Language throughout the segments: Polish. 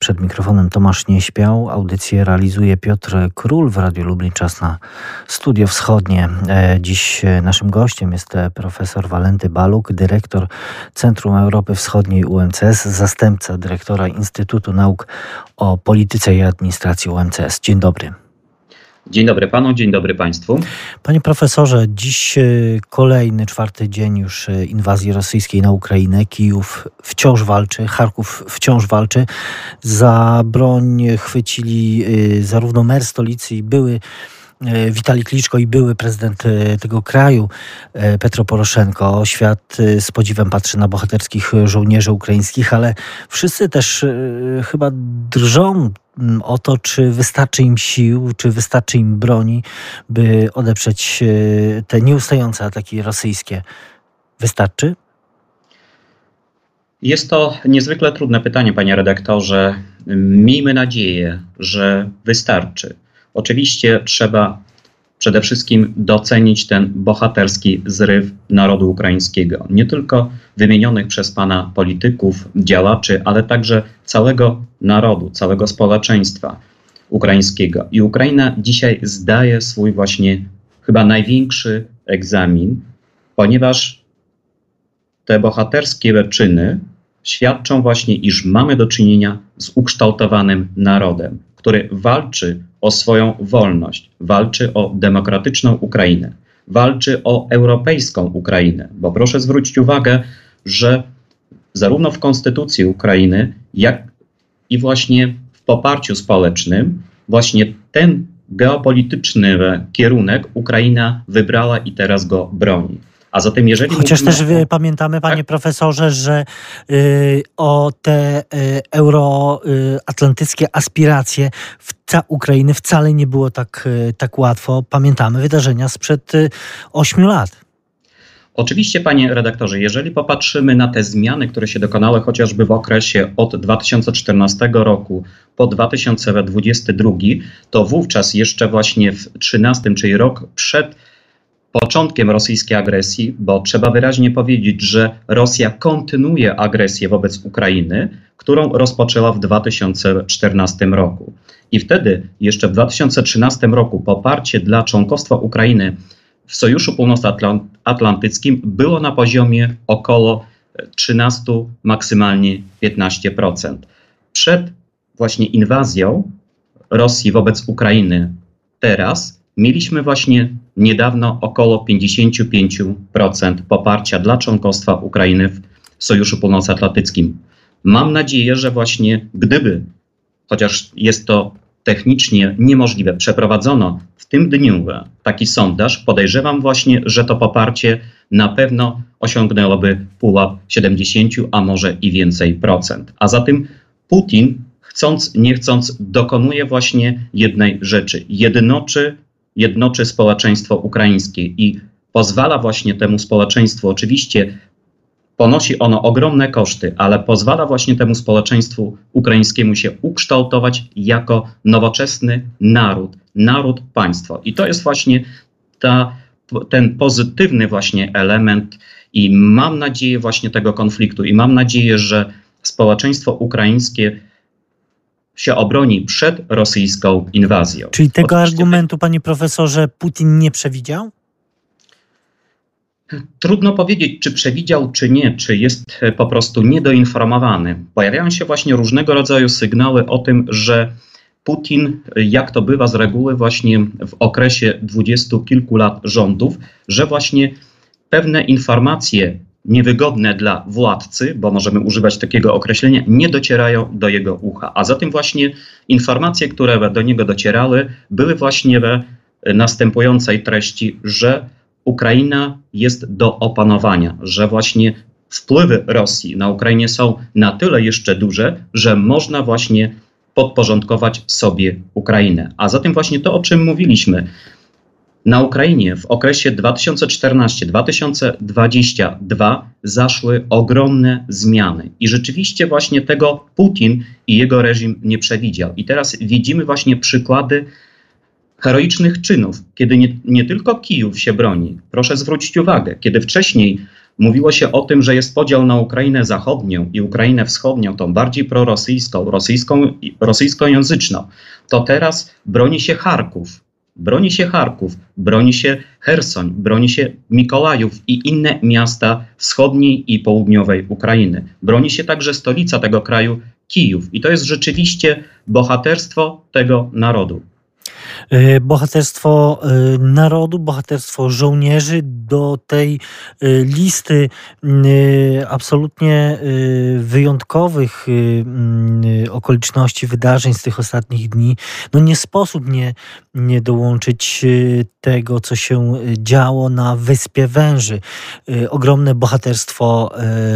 przed mikrofonem Tomasz Nieśpiał. Audycję realizuje Piotr Król w Radiu Lublin. Czas na Studio Wschodnie. Dziś naszym gościem jest profesor Walenty Baluk, dyrektor Centrum Europy Wschodniej UMCS, zastępca dyrektora Instytutu Nauk o Polityce i Administracji UMCS. Dzień dobry. Dzień dobry panu, dzień dobry państwu. Panie profesorze, dziś kolejny, czwarty dzień już inwazji rosyjskiej na Ukrainę. Kijów wciąż walczy, Charków wciąż walczy. Za broń chwycili zarówno mer stolicy i były Witalij Kliczko i były prezydent tego kraju, Petro Poroszenko. Świat z podziwem patrzy na bohaterskich żołnierzy ukraińskich, ale wszyscy też chyba drżą o to, czy wystarczy im sił, czy wystarczy im broni, by odeprzeć te nieustające ataki rosyjskie. Wystarczy? Jest to niezwykle trudne pytanie, panie redaktorze. Miejmy nadzieję, że wystarczy. Oczywiście trzeba przede wszystkim docenić ten bohaterski zryw narodu ukraińskiego. Nie tylko wymienionych przez pana polityków, działaczy, ale także całego narodu, całego społeczeństwa ukraińskiego. I Ukraina dzisiaj zdaje swój właśnie chyba największy egzamin, ponieważ te bohaterskie czyny świadczą właśnie, iż mamy do czynienia z ukształtowanym narodem, który walczy o swoją wolność, walczy o demokratyczną Ukrainę, walczy o europejską Ukrainę. Bo proszę zwrócić uwagę, że zarówno w konstytucji Ukrainy, jak i właśnie w poparciu społecznym, właśnie ten geopolityczny kierunek Ukraina wybrała i teraz go broni. A zatem jeżeli chociaż też pamiętamy, panie profesorze, że o te euroatlantyckie aspiracje Ukrainy wcale nie było tak łatwo. Pamiętamy wydarzenia sprzed 8 lat. Oczywiście, panie redaktorze, jeżeli popatrzymy na te zmiany, które się dokonały chociażby w okresie od 2014 roku po 2022, to wówczas jeszcze właśnie w 2013, czyli rok przed początkiem rosyjskiej agresji, bo trzeba wyraźnie powiedzieć, że Rosja kontynuuje agresję wobec Ukrainy, którą rozpoczęła w 2014 roku. I wtedy, jeszcze w 2013 roku, poparcie dla członkostwa Ukrainy w Sojuszu Północnoatlantyckim było na poziomie około 13, maksymalnie 15%. Przed właśnie inwazją Rosji wobec Ukrainy teraz mieliśmy właśnie niedawno około 55% poparcia dla członkostwa Ukrainy w Sojuszu Północnoatlantyckim. Mam nadzieję, że właśnie gdyby, chociaż jest to technicznie niemożliwe, przeprowadzono w tym dniu taki sondaż, podejrzewam właśnie, że to poparcie na pewno osiągnęłoby pułap 70, a może i więcej procent. A zatem Putin, chcąc nie chcąc, dokonuje właśnie jednej rzeczy. Jednoczy społeczeństwo ukraińskie i pozwala właśnie temu społeczeństwu, oczywiście ponosi ono ogromne koszty, ale pozwala właśnie temu społeczeństwu ukraińskiemu się ukształtować jako nowoczesny naród państwo. I to jest właśnie ten pozytywny właśnie element i mam nadzieję właśnie tego konfliktu i mam nadzieję, że społeczeństwo ukraińskie się obroni przed rosyjską inwazją. Czyli tego argumentu, panie profesorze, Putin nie przewidział? Trudno powiedzieć, czy przewidział, czy nie, czy jest po prostu niedoinformowany. Pojawiają się właśnie różnego rodzaju sygnały o tym, że Putin, jak to bywa z reguły właśnie w okresie 20 kilku lat rządów, że właśnie pewne informacje niewygodne dla władcy, bo możemy używać takiego określenia, nie docierają do jego ucha. A zatem właśnie informacje, które do niego docierały, były właśnie we następującej treści, że Ukraina jest do opanowania, że właśnie wpływy Rosji na Ukrainie są na tyle jeszcze duże, że można właśnie podporządkować sobie Ukrainę. A zatem właśnie to, o czym mówiliśmy, na Ukrainie w okresie 2014-2022 zaszły ogromne zmiany i rzeczywiście właśnie tego Putin i jego reżim nie przewidział. I teraz widzimy właśnie przykłady heroicznych czynów, kiedy nie tylko Kijów się broni. Proszę zwrócić uwagę, kiedy wcześniej Mówiło się o tym, że jest podział na Ukrainę Zachodnią i Ukrainę Wschodnią, tą bardziej prorosyjską, rosyjskojęzyczną. To teraz broni się Charków, broni się Chersoń, broni się Mikołajów i inne miasta wschodniej i południowej Ukrainy. Broni się także stolica tego kraju, Kijów. I to jest rzeczywiście bohaterstwo tego narodu. Bohaterstwo narodu, bohaterstwo żołnierzy. Do tej listy absolutnie wyjątkowych okoliczności, wydarzeń z tych ostatnich dni, no nie sposób nie dołączyć tego, co się działo na Wyspie Węży. Ogromne bohaterstwo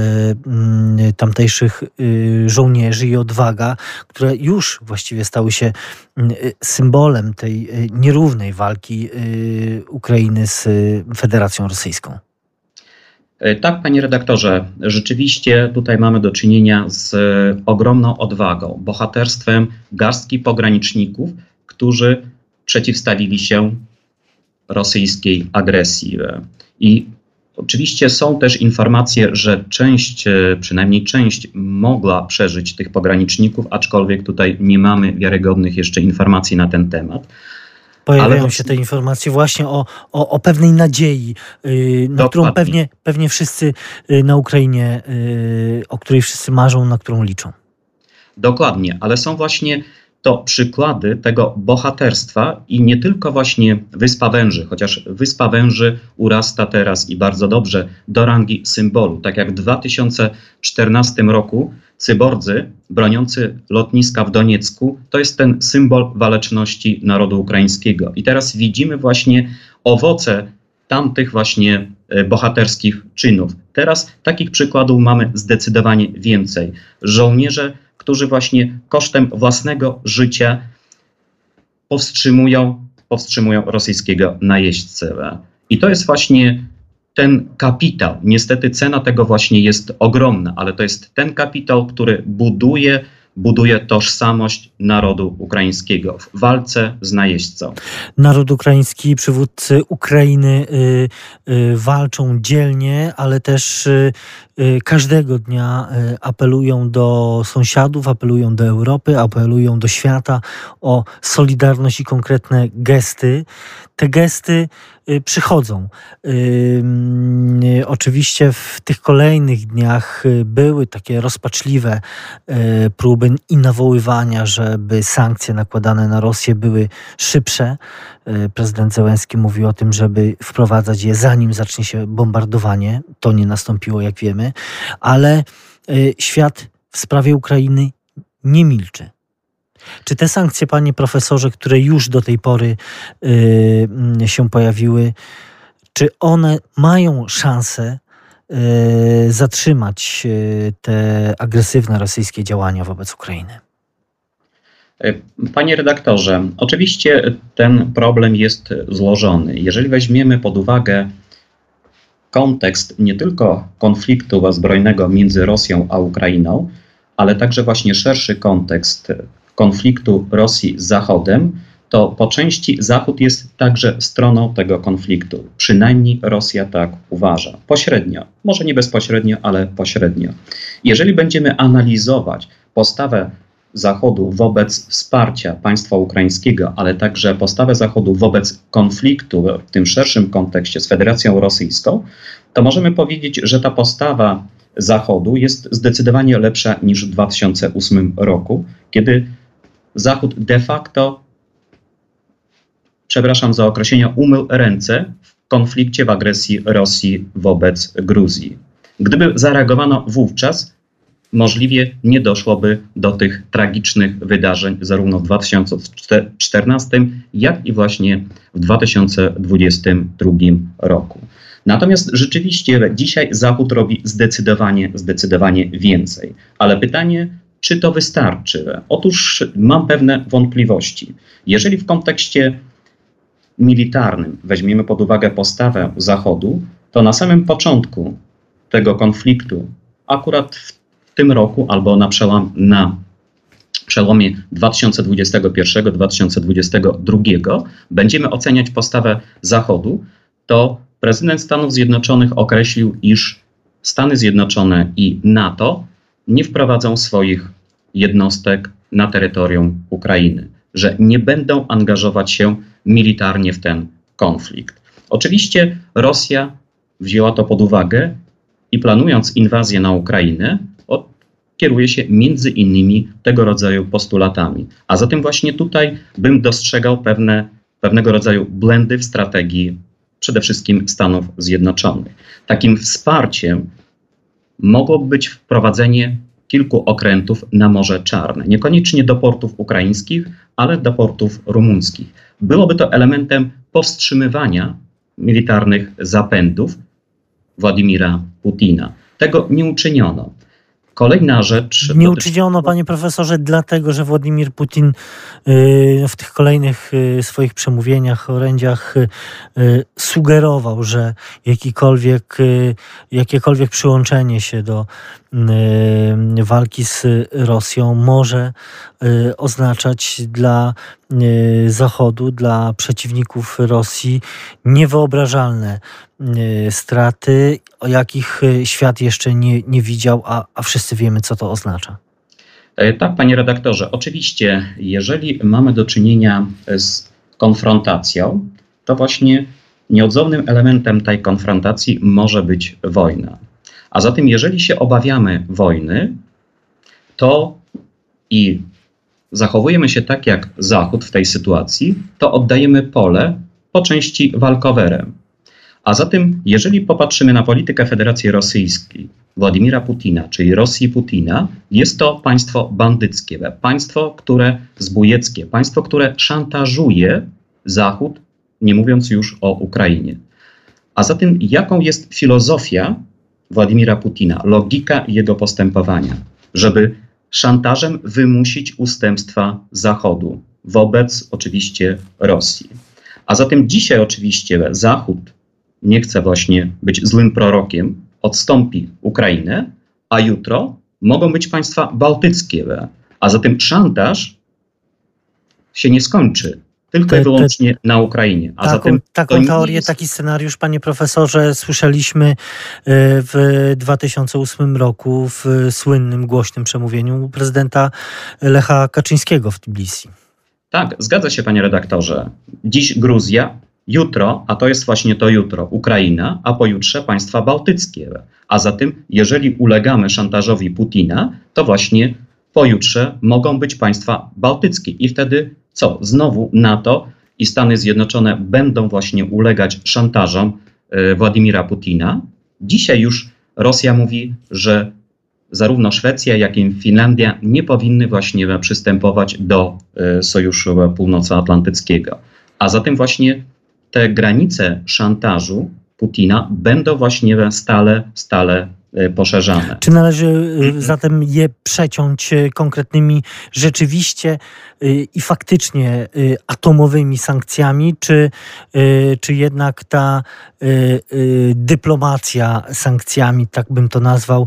tamtejszych żołnierzy i odwaga, które już właściwie stały się symbolem tej nierównej walki Ukrainy z Federacją Rosyjską. Tak, panie redaktorze, rzeczywiście tutaj mamy do czynienia z ogromną odwagą, bohaterstwem garstki pograniczników, którzy przeciwstawili się rosyjskiej agresji. I oczywiście są też informacje, że przynajmniej część mogła przeżyć tych pograniczników, aczkolwiek tutaj nie mamy wiarygodnych jeszcze informacji na ten temat. Pojawiają się te informacje właśnie o pewnej nadziei, na którą pewnie wszyscy na Ukrainie, o której wszyscy marzą, na którą liczą. Dokładnie, ale są właśnie to przykłady tego bohaterstwa i nie tylko właśnie Wyspa Węży, chociaż Wyspa Węży urasta teraz i bardzo dobrze do rangi symbolu. Tak jak w 2014 roku cybordzy broniący lotniska w Doniecku to jest ten symbol waleczności narodu ukraińskiego. I teraz widzimy właśnie owoce tamtych właśnie bohaterskich czynów. Teraz takich przykładów mamy zdecydowanie więcej. Żołnierze, którzy właśnie kosztem własnego życia powstrzymują rosyjskiego najeźdźcę. I to jest właśnie ten kapitał. Niestety cena tego właśnie jest ogromna, ale to jest ten kapitał, który buduje tożsamość narodu ukraińskiego w walce z najeźdźcą. Naród ukraiński, przywódcy Ukrainy walczą dzielnie, ale też każdego dnia apelują do sąsiadów, apelują do Europy, apelują do świata o solidarność i konkretne gesty. Te gesty przychodzą. Oczywiście w tych kolejnych dniach były takie rozpaczliwe próby i nawoływania, żeby sankcje nakładane na Rosję były szybsze. Prezydent Zełenski mówił o tym, żeby wprowadzać je zanim zacznie się bombardowanie. To nie nastąpiło, jak wiemy, ale świat w sprawie Ukrainy nie milczy. Czy te sankcje, panie profesorze, które już do tej pory się pojawiły, czy one mają szansę zatrzymać te agresywne rosyjskie działania wobec Ukrainy? Panie redaktorze, oczywiście ten problem jest złożony. Jeżeli weźmiemy pod uwagę kontekst nie tylko konfliktu zbrojnego między Rosją a Ukrainą, ale także właśnie szerszy kontekst konfliktu Rosji z Zachodem, to po części Zachód jest także stroną tego konfliktu. Przynajmniej Rosja tak uważa. Pośrednio, może nie bezpośrednio, ale pośrednio. Jeżeli będziemy analizować postawę Zachodu wobec wsparcia państwa ukraińskiego, ale także postawę Zachodu wobec konfliktu w tym szerszym kontekście z Federacją Rosyjską, to możemy powiedzieć, że ta postawa Zachodu jest zdecydowanie lepsza niż w 2008 roku, kiedy Zachód de facto, przepraszam za określenie, umył ręce w konflikcie, w agresji Rosji wobec Gruzji. Gdyby zareagowano wówczas, możliwie nie doszłoby do tych tragicznych wydarzeń zarówno w 2014, jak i właśnie w 2022 roku. Natomiast rzeczywiście dzisiaj Zachód robi zdecydowanie więcej. Ale pytanie, czy to wystarczy? Otóż mam pewne wątpliwości. Jeżeli w kontekście militarnym weźmiemy pod uwagę postawę Zachodu, to na samym początku tego konfliktu, akurat w tym roku albo na przełomie 2021-2022 będziemy oceniać postawę Zachodu, to prezydent Stanów Zjednoczonych określił, iż Stany Zjednoczone i NATO nie wprowadzą swoich jednostek na terytorium Ukrainy, że nie będą angażować się militarnie w ten konflikt. Oczywiście Rosja wzięła to pod uwagę i planując inwazję na Ukrainę, kieruje się między innymi tego rodzaju postulatami. A zatem właśnie tutaj bym dostrzegał pewnego rodzaju błędy w strategii przede wszystkim Stanów Zjednoczonych. Takim wsparciem mogłoby być wprowadzenie kilku okrętów na Morze Czarne. Niekoniecznie do portów ukraińskich, ale do portów rumuńskich. Byłoby to elementem powstrzymywania militarnych zapędów Władimira Putina. Tego nie uczyniono. Kolejna rzecz... Nie uczyniono, panie profesorze, dlatego, że Władimir Putin w tych kolejnych swoich przemówieniach, orędziach sugerował, że jakiekolwiek przyłączenie się do walki z Rosją może oznaczać dla Zachodu, dla przeciwników Rosji niewyobrażalne straty, o jakich świat jeszcze nie widział, a wszyscy wiemy, co to oznacza. Tak, panie redaktorze. Oczywiście, jeżeli mamy do czynienia z konfrontacją, to właśnie nieodzownym elementem tej konfrontacji może być wojna. A zatem, jeżeli się obawiamy wojny, to i zachowujemy się tak jak Zachód w tej sytuacji, to oddajemy pole po części walkowerem. A zatem, jeżeli popatrzymy na politykę Federacji Rosyjskiej, Władimira Putina, czyli Rosji Putina, jest to państwo bandyckie, państwo, które zbójeckie, państwo, które szantażuje Zachód, nie mówiąc już o Ukrainie. A zatem, jaką jest filozofia Władimira Putina, logika jego postępowania, żeby szantażem wymusić ustępstwa Zachodu wobec oczywiście Rosji. A zatem dzisiaj oczywiście Zachód nie chce właśnie być złym prorokiem, odstąpi Ukrainę, a jutro mogą być państwa bałtyckie. A zatem szantaż się nie skończy tylko i wyłącznie na Ukrainie. A zatem taką teorię, taki scenariusz, panie profesorze, słyszeliśmy w 2008 roku w słynnym, głośnym przemówieniu prezydenta Lecha Kaczyńskiego w Tbilisi. Tak, zgadza się, panie redaktorze. Dziś Gruzja, jutro, a to jest właśnie to jutro, Ukraina, a pojutrze państwa bałtyckie. A zatem, jeżeli ulegamy szantażowi Putina, to właśnie pojutrze mogą być państwa bałtyckie. I wtedy co? Znowu NATO i Stany Zjednoczone będą właśnie ulegać szantażom Władimira Putina. Dzisiaj już Rosja mówi, że zarówno Szwecja, jak i Finlandia nie powinny właśnie przystępować do Sojuszu Północnoatlantyckiego. A zatem właśnie te granice szantażu Putina będą właśnie stale poszerzane. Czy należy zatem je przeciąć konkretnymi, rzeczywiście i faktycznie atomowymi sankcjami, czy jednak ta dyplomacja sankcjami, tak bym to nazwał,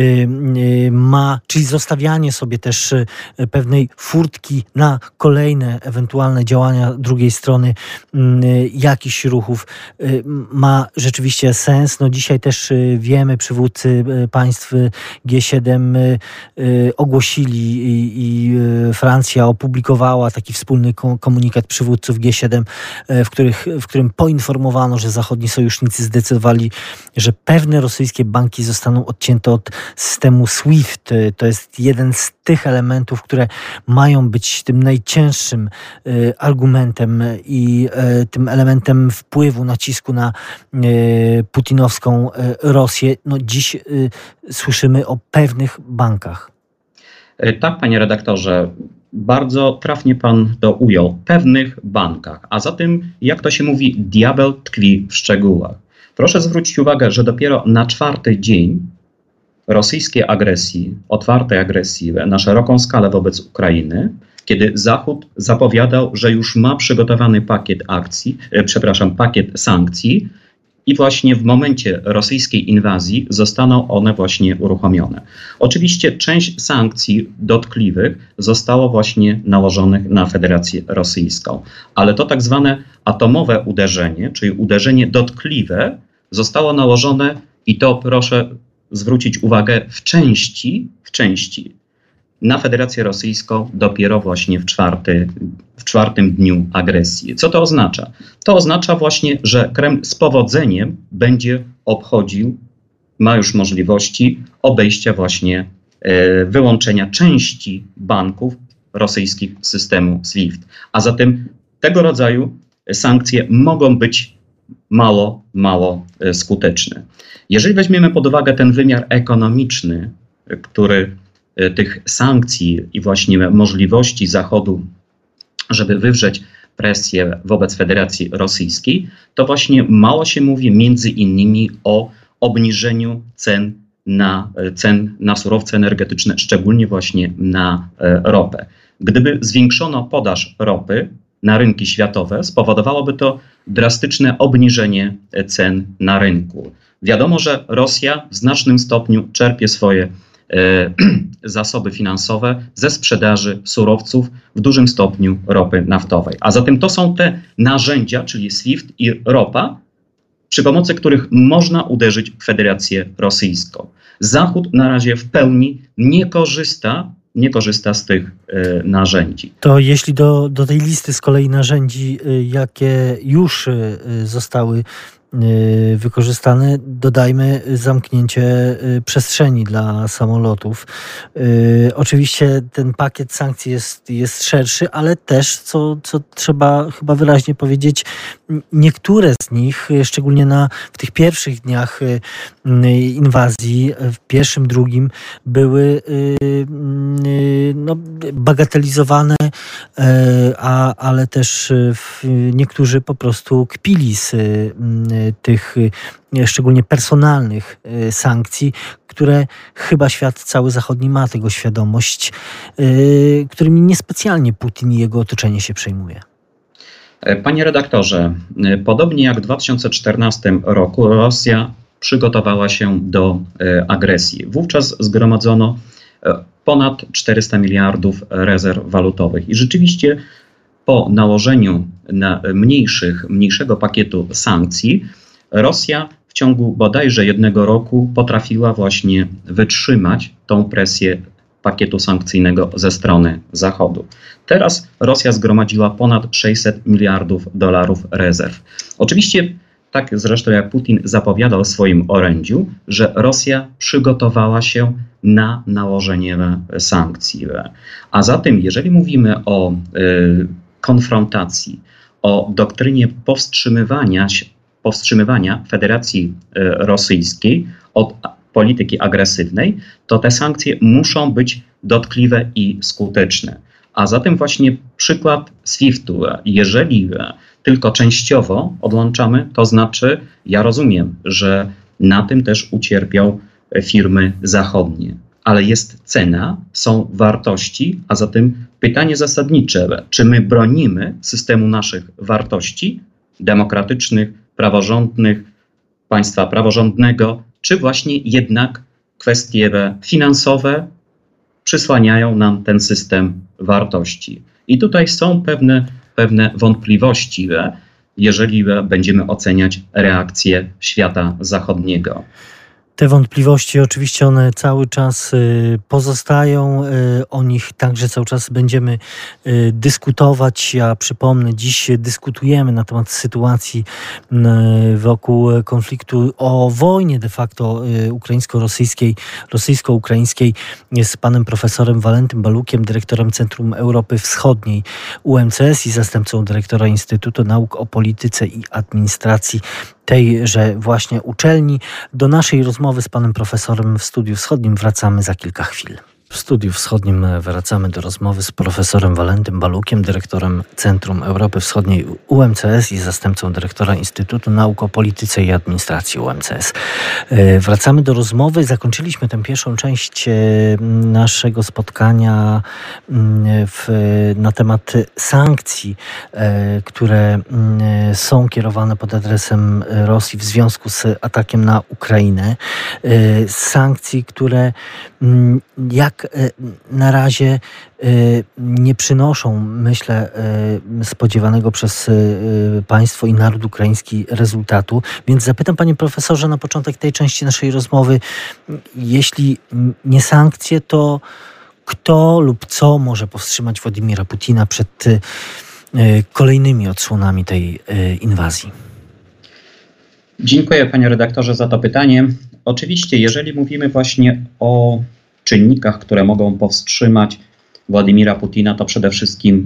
czyli zostawianie sobie też pewnej furtki na kolejne ewentualne działania drugiej strony jakichś ruchów, ma rzeczywiście sens? Dzisiaj też wiemy, przywódcy państw G7 ogłosili i Francja opublikowała taki wspólny komunikat przywódców G7, w którym poinformowano, że zachodni sojusznicy zdecydowali, że pewne rosyjskie banki zostaną odcięte od systemu SWIFT. To jest jeden z tych elementów, które mają być tym najcięższym argumentem i tym elementem wpływu, nacisku na putinowską Rosję. No dziś słyszymy o pewnych bankach. Tak, panie redaktorze, bardzo trafnie pan to ujął. Pewnych bankach. A zatem, jak to się mówi, diabeł tkwi w szczegółach. Proszę zwrócić uwagę, że dopiero na 4. dzień rosyjskiej agresji, otwartej agresji na szeroką skalę wobec Ukrainy, kiedy Zachód zapowiadał, że już ma przygotowany pakiet sankcji i właśnie w momencie rosyjskiej inwazji zostaną one właśnie uruchomione. Oczywiście część sankcji dotkliwych zostało właśnie nałożonych na Federację Rosyjską, ale to tak zwane atomowe uderzenie, czyli uderzenie dotkliwe, zostało nałożone i to proszę zwrócić uwagę w części na Federację Rosyjską dopiero właśnie w czwartym dniu agresji. Co to oznacza? To oznacza właśnie, że Kreml z powodzeniem będzie obchodził, ma już możliwości obejścia właśnie wyłączenia części banków rosyjskich z systemu SWIFT. A zatem tego rodzaju sankcje mogą być mało skuteczne. Jeżeli weźmiemy pod uwagę ten wymiar ekonomiczny, który tych sankcji i właśnie możliwości Zachodu, żeby wywrzeć presję wobec Federacji Rosyjskiej, to właśnie mało się mówi między innymi o obniżeniu cen na surowce energetyczne, szczególnie właśnie na ropę. Gdyby zwiększono podaż ropy na rynki światowe, spowodowałoby to drastyczne obniżenie cen na rynku. Wiadomo, że Rosja w znacznym stopniu czerpie swoje zasoby finansowe ze sprzedaży surowców, w dużym stopniu ropy naftowej. A zatem to są te narzędzia, czyli SWIFT i ropa, przy pomocy których można uderzyć w Federację Rosyjską. Zachód na razie w pełni nie korzysta z tych narzędzi. To jeśli do tej listy z kolei narzędzi, jakie już zostały wykorzystane, dodajmy zamknięcie przestrzeni dla samolotów. Oczywiście ten pakiet sankcji jest szerszy, ale też, co trzeba chyba wyraźnie powiedzieć, niektóre z nich, szczególnie w tych pierwszych dniach inwazji, w pierwszym, drugim, były bagatelizowane, ale też niektórzy po prostu kpili z tych szczególnie personalnych sankcji, które chyba świat cały zachodni ma tego świadomość, którymi niespecjalnie Putin i jego otoczenie się przejmuje. Panie redaktorze, podobnie jak w 2014 roku Rosja przygotowała się do agresji. Wówczas zgromadzono ponad 400 miliardów rezerw walutowych i rzeczywiście po nałożeniu mniejszego pakietu sankcji Rosja w ciągu bodajże jednego roku potrafiła właśnie wytrzymać tą presję pakietu sankcyjnego ze strony Zachodu. Teraz Rosja zgromadziła ponad 600 miliardów dolarów rezerw. Oczywiście, tak zresztą jak Putin zapowiadał w swoim orędziu, że Rosja przygotowała się na nałożenie sankcji. A zatem, jeżeli mówimy o konfrontacji, o doktrynie powstrzymywania Federacji Rosyjskiej od polityki agresywnej, to te sankcje muszą być dotkliwe i skuteczne. A zatem właśnie przykład SWIFT-u, jeżeli tylko częściowo odłączamy, to znaczy, ja rozumiem, że na tym też ucierpią firmy zachodnie. Ale jest cena, są wartości, a zatem pytanie zasadnicze, czy my bronimy systemu naszych wartości demokratycznych, praworządnych, państwa praworządnego, czy właśnie jednak kwestie finansowe przysłaniają nam ten system wartości. I tutaj są pewne wątpliwości, jeżeli będziemy oceniać reakcję świata zachodniego. Te wątpliwości oczywiście one cały czas pozostają, o nich także cały czas będziemy dyskutować. Ja przypomnę, dziś dyskutujemy na temat sytuacji wokół konfliktu, o wojnie de facto rosyjsko-ukraińskiej z panem profesorem Walentym Balukiem, dyrektorem Centrum Europy Wschodniej UMCS i zastępcą dyrektora Instytutu Nauk o Polityce i Administracji tejże właśnie uczelni. Do naszej rozmowy z panem profesorem w Studiu Wschodnim wracamy za kilka chwil. W Studiu Wschodnim wracamy do rozmowy z profesorem Walentym Balukiem, dyrektorem Centrum Europy Wschodniej UMCS i zastępcą dyrektora Instytutu Nauk o Polityce i Administracji UMCS. Wracamy do rozmowy. Zakończyliśmy tę pierwszą część naszego spotkania na temat sankcji, które są kierowane pod adresem Rosji w związku z atakiem na Ukrainę. Sankcji, które jak na razie nie przynoszą, myślę, spodziewanego przez państwo i naród ukraiński rezultatu. Więc zapytam, panie profesorze, na początek tej części naszej rozmowy, jeśli nie sankcje, to kto lub co może powstrzymać Władimira Putina przed kolejnymi odsłonami tej inwazji? Dziękuję, panie redaktorze, za to pytanie. Oczywiście, jeżeli mówimy właśnie o czynnikach, które mogą powstrzymać Władimira Putina, to przede wszystkim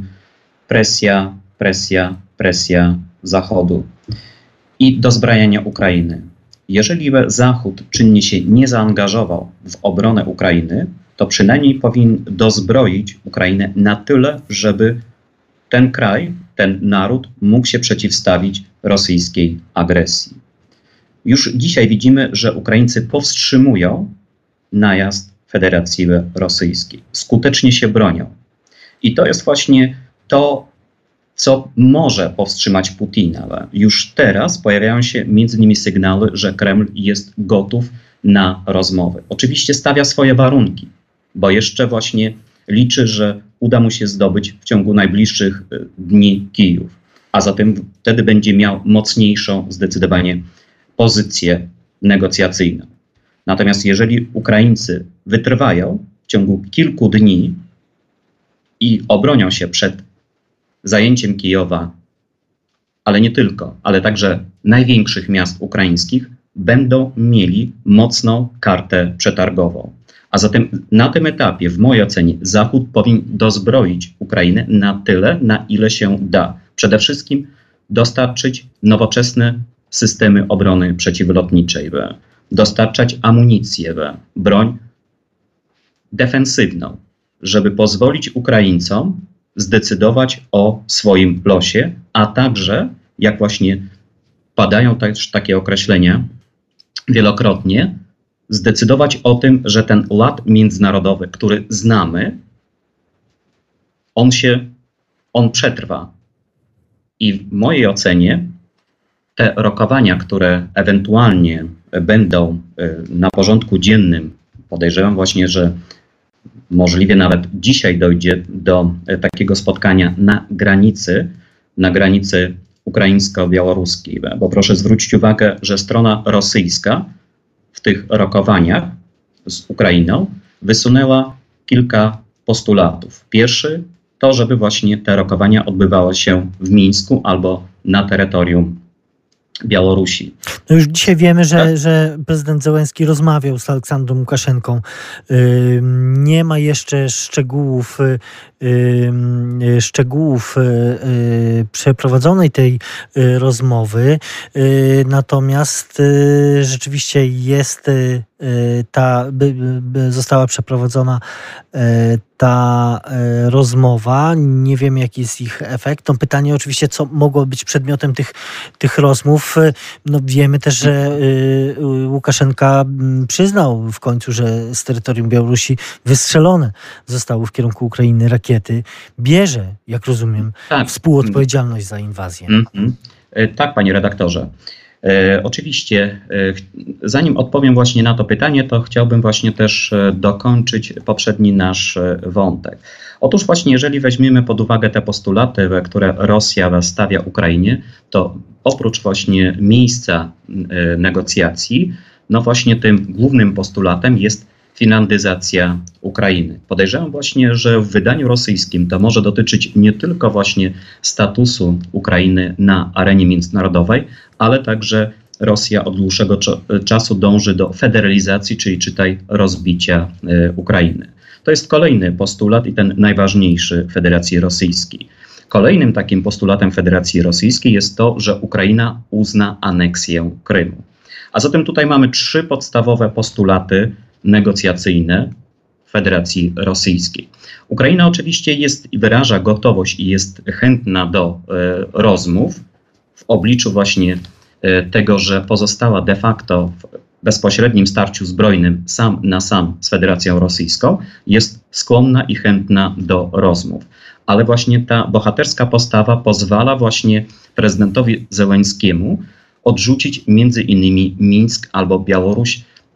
presja Zachodu i dozbrajania Ukrainy. Jeżeli Zachód czynnie się nie zaangażował w obronę Ukrainy, to przynajmniej powinien dozbroić Ukrainę na tyle, żeby ten kraj, ten naród mógł się przeciwstawić rosyjskiej agresji. Już dzisiaj widzimy, że Ukraińcy powstrzymują najazd Federacji Rosyjskiej. Skutecznie się bronią. I to jest właśnie to, co może powstrzymać Putina. Już teraz pojawiają się między innymi sygnały, że Kreml jest gotów na rozmowy. Oczywiście stawia swoje warunki, bo jeszcze właśnie liczy, że uda mu się zdobyć w ciągu najbliższych dni Kijów. A zatem wtedy będzie miał mocniejszą zdecydowanie pozycję negocjacyjną. Natomiast jeżeli Ukraińcy wytrwają w ciągu kilku dni i obronią się przed zajęciem Kijowa, ale nie tylko, ale także największych miast ukraińskich, będą mieli mocną kartę przetargową. A zatem na tym etapie, w mojej ocenie, Zachód powinien dozbroić Ukrainę na tyle, na ile się da. Przede wszystkim dostarczyć nowoczesne systemy obrony przeciwlotniczej, dostarczać amunicję, broń defensywną, żeby pozwolić Ukraińcom zdecydować o swoim losie, a także, jak właśnie padają też takie określenia wielokrotnie, zdecydować o tym, że ten ład międzynarodowy, który znamy, on przetrwa. I w mojej ocenie te rokowania, które ewentualnie będą na porządku dziennym, podejrzewam właśnie, że możliwie nawet dzisiaj dojdzie do takiego spotkania na granicy ukraińsko-białoruskiej. Bo proszę zwrócić uwagę, że strona rosyjska w tych rokowaniach z Ukrainą wysunęła kilka postulatów. Pierwszy to, żeby właśnie te rokowania odbywały się w Mińsku albo na terytorium Białorusi. No już dzisiaj wiemy, że prezydent Zełenski rozmawiał z Aleksandrem Łukaszenką. Nie ma jeszcze szczegółów przeprowadzonej tej rozmowy. Natomiast rzeczywiście jest została przeprowadzona ta rozmowa. Nie wiem, jaki jest ich efekt. To pytanie oczywiście, co mogło być przedmiotem tych rozmów. No, wiemy też, że Łukaszenka przyznał w końcu, że z terytorium Białorusi wystrzelone zostały w kierunku Ukrainy rakiety. Bierze, jak rozumiem, współodpowiedzialność za inwazję. Tak, panie redaktorze. Oczywiście, zanim odpowiem właśnie na to pytanie, to chciałbym właśnie też dokończyć poprzedni nasz wątek. Otóż właśnie, jeżeli weźmiemy pod uwagę te postulaty, które Rosja stawia Ukrainie, to oprócz właśnie miejsca negocjacji, no właśnie tym głównym postulatem jest finlandyzacja Ukrainy. Podejrzewam właśnie, że w wydaniu rosyjskim to może dotyczyć nie tylko właśnie statusu Ukrainy na arenie międzynarodowej, ale także Rosja od dłuższego czasu dąży do federalizacji, czyli czytaj rozbicia Ukrainy. To jest kolejny postulat i ten najważniejszy Federacji Rosyjskiej. Kolejnym takim postulatem Federacji Rosyjskiej jest to, że Ukraina uzna aneksję Krymu. A zatem tutaj mamy trzy podstawowe postulaty negocjacyjne Federacji Rosyjskiej. Ukraina oczywiście jest i wyraża gotowość i jest chętna do rozmów w obliczu właśnie tego, że pozostała de facto w bezpośrednim starciu zbrojnym sam na sam z Federacją Rosyjską, jest skłonna i chętna do rozmów. Ale właśnie ta bohaterska postawa pozwala właśnie prezydentowi Zełenskiemu odrzucić między innymi Mińsk albo Białoruś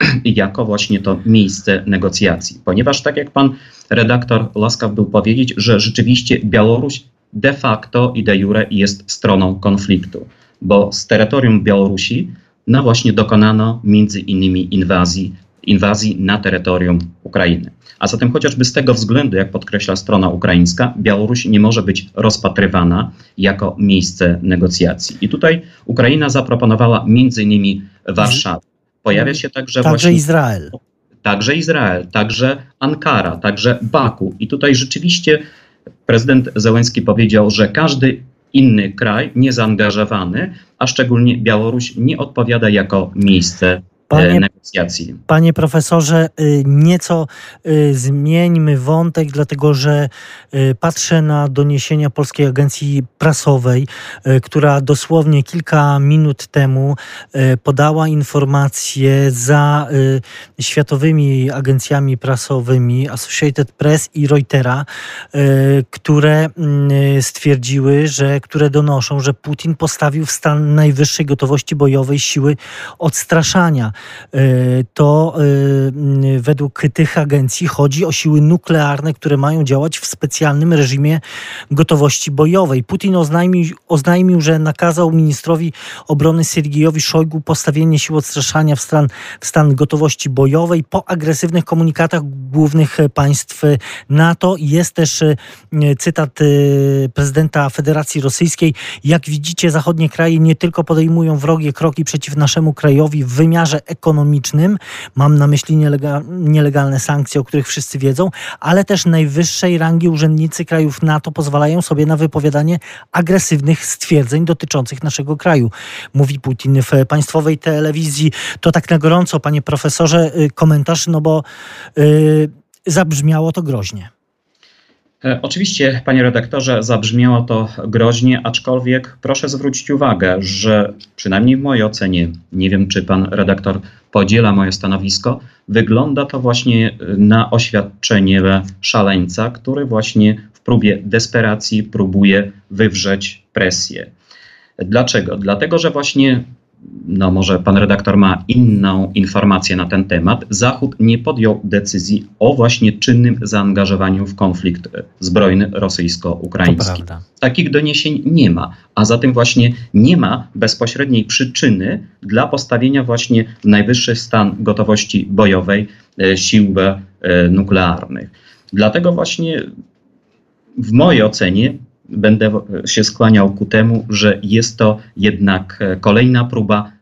jako właśnie to miejsce negocjacji. Ponieważ tak jak pan redaktor łaskaw był powiedzieć, że rzeczywiście Białoruś de facto i de jure jest stroną konfliktu, bo z terytorium Białorusi właśnie dokonano między innymi inwazji na terytorium Ukrainy. A zatem chociażby z tego względu, jak podkreśla strona ukraińska, Białoruś nie może być rozpatrywana jako miejsce negocjacji. I tutaj Ukraina zaproponowała między innymi Warszawę. Pojawia się także właśnie Izrael. Także Izrael, także Ankara, także Baku. I tutaj rzeczywiście prezydent Zełenski powiedział, że każdy inny kraj niezaangażowany, a szczególnie Białoruś, nie odpowiada jako miejsce negocjacji. Panie profesorze, nieco zmieńmy wątek, dlatego że patrzę na doniesienia Polskiej Agencji Prasowej, która dosłownie kilka minut temu podała informacje za światowymi agencjami prasowymi Associated Press i Reutera, które stwierdziły, które donoszą, że Putin postawił w stan najwyższej gotowości bojowej siły odstraszania. To według tych agencji chodzi o siły nuklearne, które mają działać w specjalnym reżimie gotowości bojowej. Putin oznajmił, że nakazał ministrowi obrony Sergiejowi Szojgu postawienie sił odstraszania w stan gotowości bojowej po agresywnych komunikatach głównych państw NATO. Jest też cytat prezydenta Federacji Rosyjskiej. Jak widzicie, zachodnie kraje nie tylko podejmują wrogie kroki przeciw naszemu krajowi w wymiarze ekonomicznym, mam na myśli nielegalne sankcje, o których wszyscy wiedzą, ale też najwyższej rangi urzędnicy krajów NATO pozwalają sobie na wypowiadanie agresywnych stwierdzeń dotyczących naszego kraju. Mówi Putin w państwowej telewizji. To tak na gorąco, panie profesorze, komentarz, bo zabrzmiało to groźnie. Oczywiście, panie redaktorze, zabrzmiało to groźnie, aczkolwiek proszę zwrócić uwagę, że przynajmniej w mojej ocenie, nie wiem czy pan redaktor podziela moje stanowisko, wygląda to właśnie na oświadczenie szaleńca, który właśnie w próbie desperacji próbuje wywrzeć presję. Dlaczego? Dlatego, że właśnie może pan redaktor ma inną informację na ten temat. Zachód nie podjął decyzji o właśnie czynnym zaangażowaniu w konflikt zbrojny rosyjsko-ukraiński. Takich doniesień nie ma, a zatem właśnie nie ma bezpośredniej przyczyny dla postawienia właśnie w najwyższy stan gotowości bojowej sił nuklearnych. Dlatego właśnie w mojej ocenie będę się skłaniał ku temu, że jest to jednak kolejna próba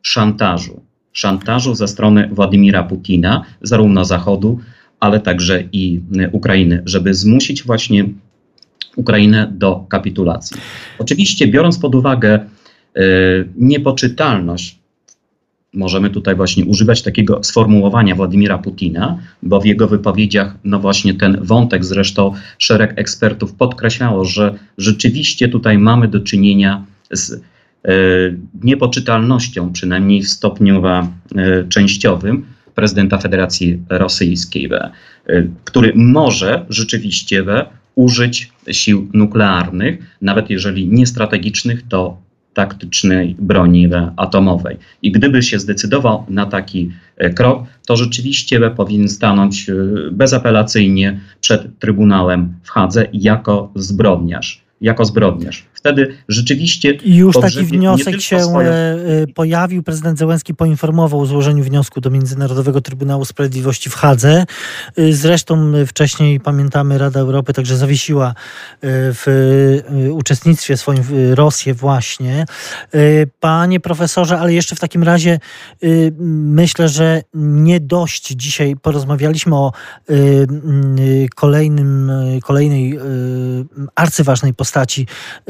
szantażu ze strony Władimira Putina, zarówno Zachodu, ale także i Ukrainy, żeby zmusić właśnie Ukrainę do kapitulacji. Oczywiście biorąc pod uwagę niepoczytalność, możemy tutaj właśnie używać takiego sformułowania Władimira Putina, bo w jego wypowiedziach, właśnie ten wątek, zresztą szereg ekspertów podkreślało, że rzeczywiście tutaj mamy do czynienia z niepoczytalnością, przynajmniej w stopniu częściowym, prezydenta Federacji Rosyjskiej, który może rzeczywiście użyć sił nuklearnych, nawet jeżeli nie strategicznych, to taktycznej broni atomowej. I gdyby się zdecydował na taki krok, to rzeczywiście powinien stanąć bezapelacyjnie przed Trybunałem w Hadze jako zbrodniarz. Wtedy rzeczywiście... Już taki wniosek się pojawił. Prezydent Zełenski poinformował o złożeniu wniosku do Międzynarodowego Trybunału Sprawiedliwości w Hadze. Zresztą wcześniej, pamiętamy, Rada Europy także zawiesiła w uczestnictwie swoim Rosję właśnie. Panie profesorze, ale jeszcze w takim razie myślę, że nie dość dzisiaj porozmawialiśmy o kolejnej arcyważnej postaci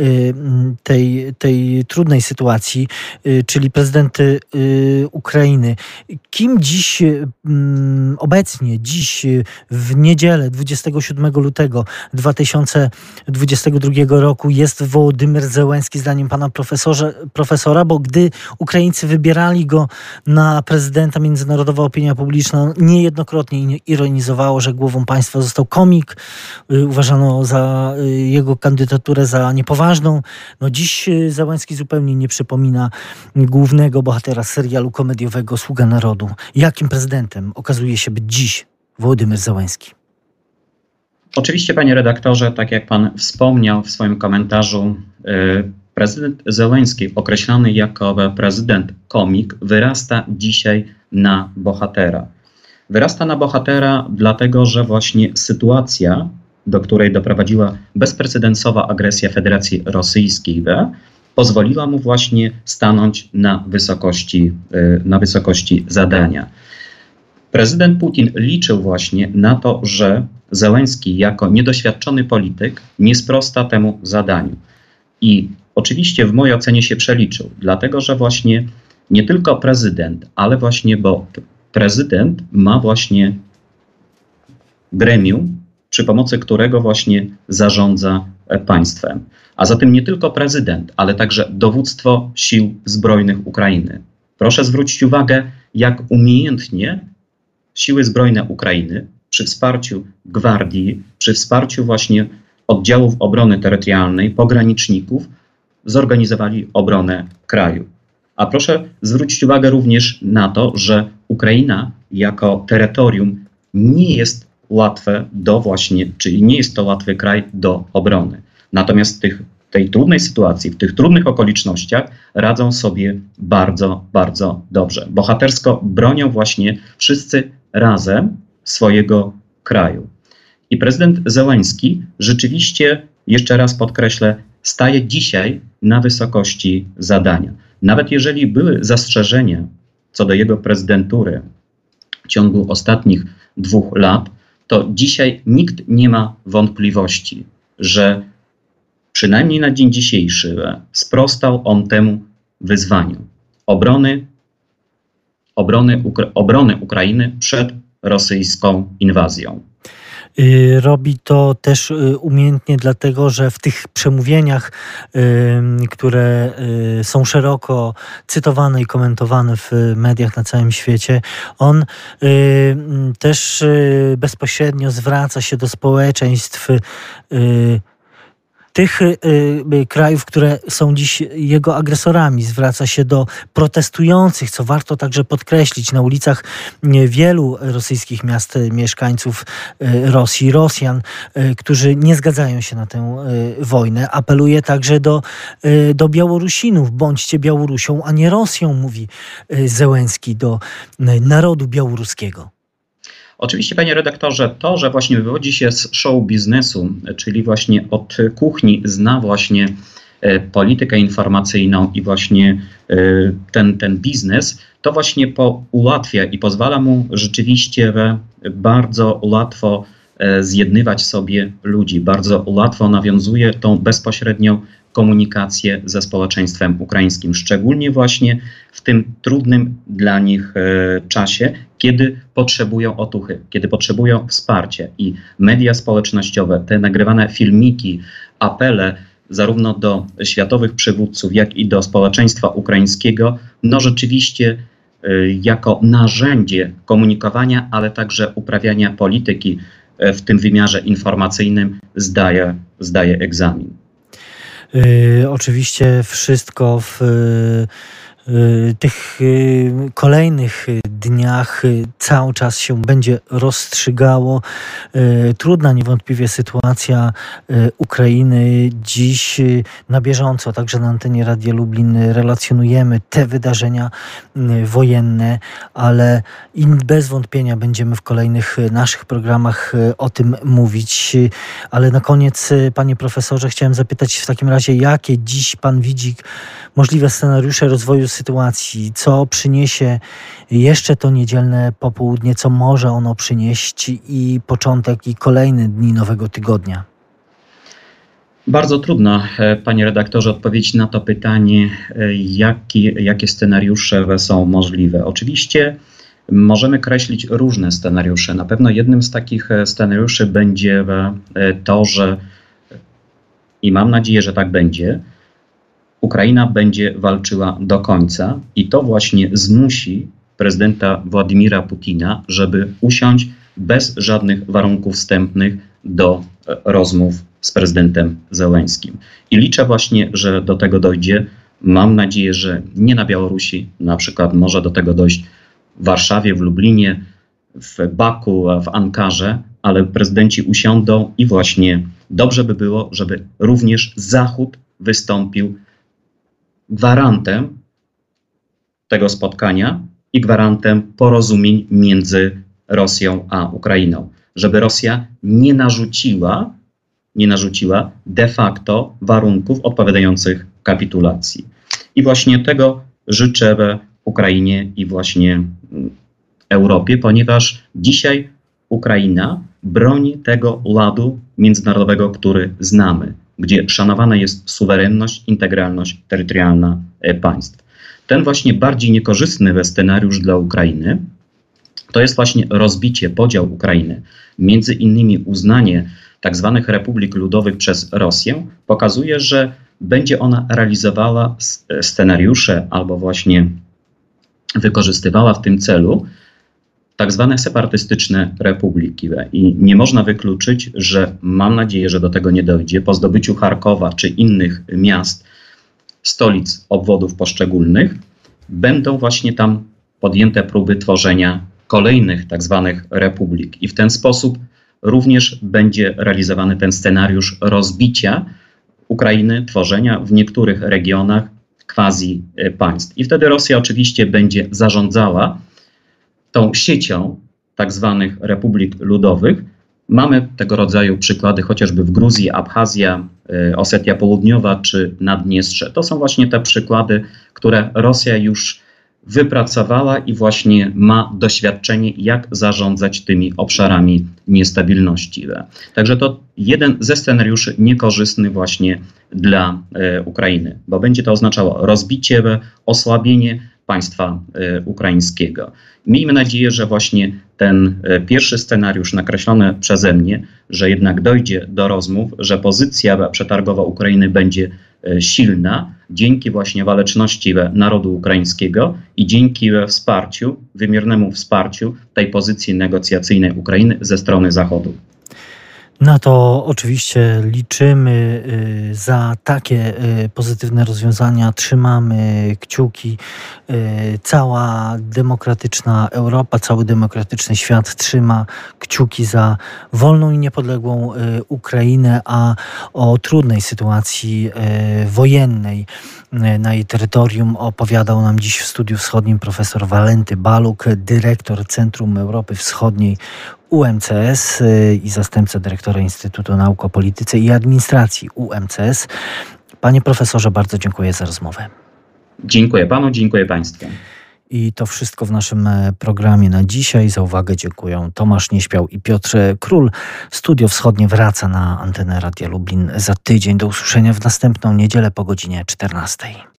tej trudnej sytuacji, czyli prezydent Ukrainy. Kim obecnie w niedzielę 27 lutego 2022 roku jest Wołodymyr Zełenski, zdaniem pana profesora, bo gdy Ukraińcy wybierali go na prezydenta, międzynarodowa opinia publiczna niejednokrotnie ironizowała, że głową państwa został komik. Uważano za jego kandydaturę emeryturę za niepoważną. No dziś Zełenski zupełnie nie przypomina głównego bohatera serialu komediowego Sługa Narodu. Jakim prezydentem okazuje się być dziś Wołodymyr Zełenski? Oczywiście, panie redaktorze, tak jak pan wspomniał w swoim komentarzu, prezydent Zełenski, określany jako prezydent komik, wyrasta dzisiaj na bohatera. Wyrasta na bohatera dlatego, że właśnie sytuacja, do której doprowadziła bezprecedensowa agresja Federacji Rosyjskiej, pozwoliła mu właśnie stanąć na wysokości zadania. Prezydent Putin liczył właśnie na to, że Zełenski jako niedoświadczony polityk nie sprosta temu zadaniu. I oczywiście w mojej ocenie się przeliczył, dlatego że właśnie nie tylko prezydent, ale właśnie, bo prezydent ma właśnie gremium, przy pomocy którego właśnie zarządza państwem. A zatem nie tylko prezydent, ale także dowództwo sił zbrojnych Ukrainy. Proszę zwrócić uwagę, jak umiejętnie siły zbrojne Ukrainy przy wsparciu gwardii, przy wsparciu właśnie oddziałów obrony terytorialnej, pograniczników zorganizowali obronę kraju. A proszę zwrócić uwagę również na to, że Ukraina jako terytorium nie jest łatwe czyli nie jest to łatwy kraj do obrony. Natomiast w tej trudnej sytuacji, w tych trudnych okolicznościach radzą sobie bardzo, bardzo dobrze. Bohatersko bronią właśnie wszyscy razem swojego kraju. I prezydent Zełenski rzeczywiście, jeszcze raz podkreślę, staje dzisiaj na wysokości zadania. Nawet jeżeli były zastrzeżenia co do jego prezydentury w ciągu ostatnich 2 lat, to dzisiaj nikt nie ma wątpliwości, że przynajmniej na dzień dzisiejszy sprostał on temu wyzwaniu obrony Ukrainy przed rosyjską inwazją. Robi to też umiejętnie, dlatego że w tych przemówieniach, które są szeroko cytowane i komentowane w mediach na całym świecie, on też bezpośrednio zwraca się do społeczeństw tych krajów, które są dziś jego agresorami. Zwraca się do protestujących, co warto także podkreślić, na ulicach wielu rosyjskich miast mieszkańców Rosji, Rosjan, którzy nie zgadzają się na tę wojnę. Apeluje także do Białorusinów. Bądźcie Białorusią, a nie Rosją, mówi Zełenski do narodu białoruskiego. Oczywiście, panie redaktorze, to, że właśnie wywodzi się z show biznesu, czyli właśnie od kuchni, zna właśnie politykę informacyjną i właśnie ten biznes, to właśnie ułatwia i pozwala mu rzeczywiście bardzo łatwo zjednywać sobie ludzi, bardzo łatwo nawiązuje tą bezpośrednią komunikację ze społeczeństwem ukraińskim, szczególnie właśnie w tym trudnym dla nich czasie, kiedy potrzebują otuchy, kiedy potrzebują wsparcia. I media społecznościowe, te nagrywane filmiki, apele zarówno do światowych przywódców, jak i do społeczeństwa ukraińskiego, no rzeczywiście jako narzędzie komunikowania, ale także uprawiania polityki w tym wymiarze informacyjnym zdaje egzamin. Oczywiście wszystko w tych kolejnych dniach cały czas się będzie rozstrzygało. Trudna niewątpliwie sytuacja Ukrainy. Dziś na bieżąco, także na antenie Radia Lublin, relacjonujemy te wydarzenia wojenne, ale bez wątpienia będziemy w kolejnych naszych programach o tym mówić. Ale na koniec, panie profesorze, chciałem zapytać w takim razie, jakie dziś pan widzi możliwe scenariusze rozwoju sytuacji, co przyniesie jeszcze to niedzielne popołudnie, co może ono przynieść i początek i kolejne dni nowego tygodnia? Bardzo trudno, panie redaktorze, odpowiedzieć na to pytanie, jakie scenariusze są możliwe. Oczywiście możemy kreślić różne scenariusze. Na pewno jednym z takich scenariuszy będzie to, że, i mam nadzieję, że tak będzie, Ukraina będzie walczyła do końca i to właśnie zmusi prezydenta Władimira Putina, żeby usiąść bez żadnych warunków wstępnych do rozmów z prezydentem Zełenskim. I liczę właśnie, że do tego dojdzie. Mam nadzieję, że nie na Białorusi, na przykład może do tego dojść w Warszawie, w Lublinie, w Baku, w Ankarze, ale prezydenci usiądą i właśnie dobrze by było, żeby również Zachód wystąpił gwarantem tego spotkania i gwarantem porozumień między Rosją a Ukrainą. Żeby Rosja nie narzuciła de facto warunków odpowiadających kapitulacji. I właśnie tego życzę Ukrainie i właśnie Europie, ponieważ dzisiaj Ukraina broni tego ładu międzynarodowego, który znamy, gdzie szanowana jest suwerenność, integralność terytorialna państw. Ten właśnie bardziej niekorzystny scenariusz dla Ukrainy to jest właśnie rozbicie, podział Ukrainy. Między innymi uznanie tzw. republik ludowych przez Rosję pokazuje, że będzie ona realizowała scenariusze albo właśnie wykorzystywała w tym celu tak zwane separatystyczne republiki. I nie można wykluczyć, że mam nadzieję, że do tego nie dojdzie. Po zdobyciu Charkowa czy innych miast, stolic obwodów poszczególnych, będą właśnie tam podjęte próby tworzenia kolejnych tak zwanych republik. I w ten sposób również będzie realizowany ten scenariusz rozbicia Ukrainy, tworzenia w niektórych regionach quasi państw. I wtedy Rosja oczywiście będzie zarządzała tą siecią tak zwanych republik ludowych. Mamy tego rodzaju przykłady chociażby w Gruzji, Abchazja, Osetia Południowa czy Naddniestrze. To są właśnie te przykłady, które Rosja już wypracowała i właśnie ma doświadczenie, jak zarządzać tymi obszarami niestabilności. Także to jeden ze scenariuszy niekorzystny właśnie dla Ukrainy, bo będzie to oznaczało rozbicie, osłabienie państwa ukraińskiego. Miejmy nadzieję, że właśnie ten pierwszy scenariusz nakreślony przeze mnie, że jednak dojdzie do rozmów, że pozycja przetargowa Ukrainy będzie silna dzięki właśnie waleczności narodu ukraińskiego i dzięki wsparciu, wymiernemu wsparciu tej pozycji negocjacyjnej Ukrainy ze strony Zachodu. Na to oczywiście liczymy. Za takie pozytywne rozwiązania trzymamy kciuki. Cała demokratyczna Europa, cały demokratyczny świat trzyma kciuki za wolną i niepodległą Ukrainę, a o trudnej sytuacji wojennej na jej terytorium opowiadał nam dziś w Studiu Wschodnim profesor Walenty Baluk, dyrektor Centrum Europy Wschodniej UMCS i zastępca dyrektora Instytutu Nauk o Polityce i Administracji UMCS. Panie profesorze, bardzo dziękuję za rozmowę. Dziękuję panu, dziękuję państwu. I to wszystko w naszym programie na dzisiaj. Za uwagę dziękuję Tomasz Nieśpiał i Piotr Król. Studio Wschodnie wraca na antenę Radia Lublin za tydzień. Do usłyszenia w następną niedzielę po godzinie 14.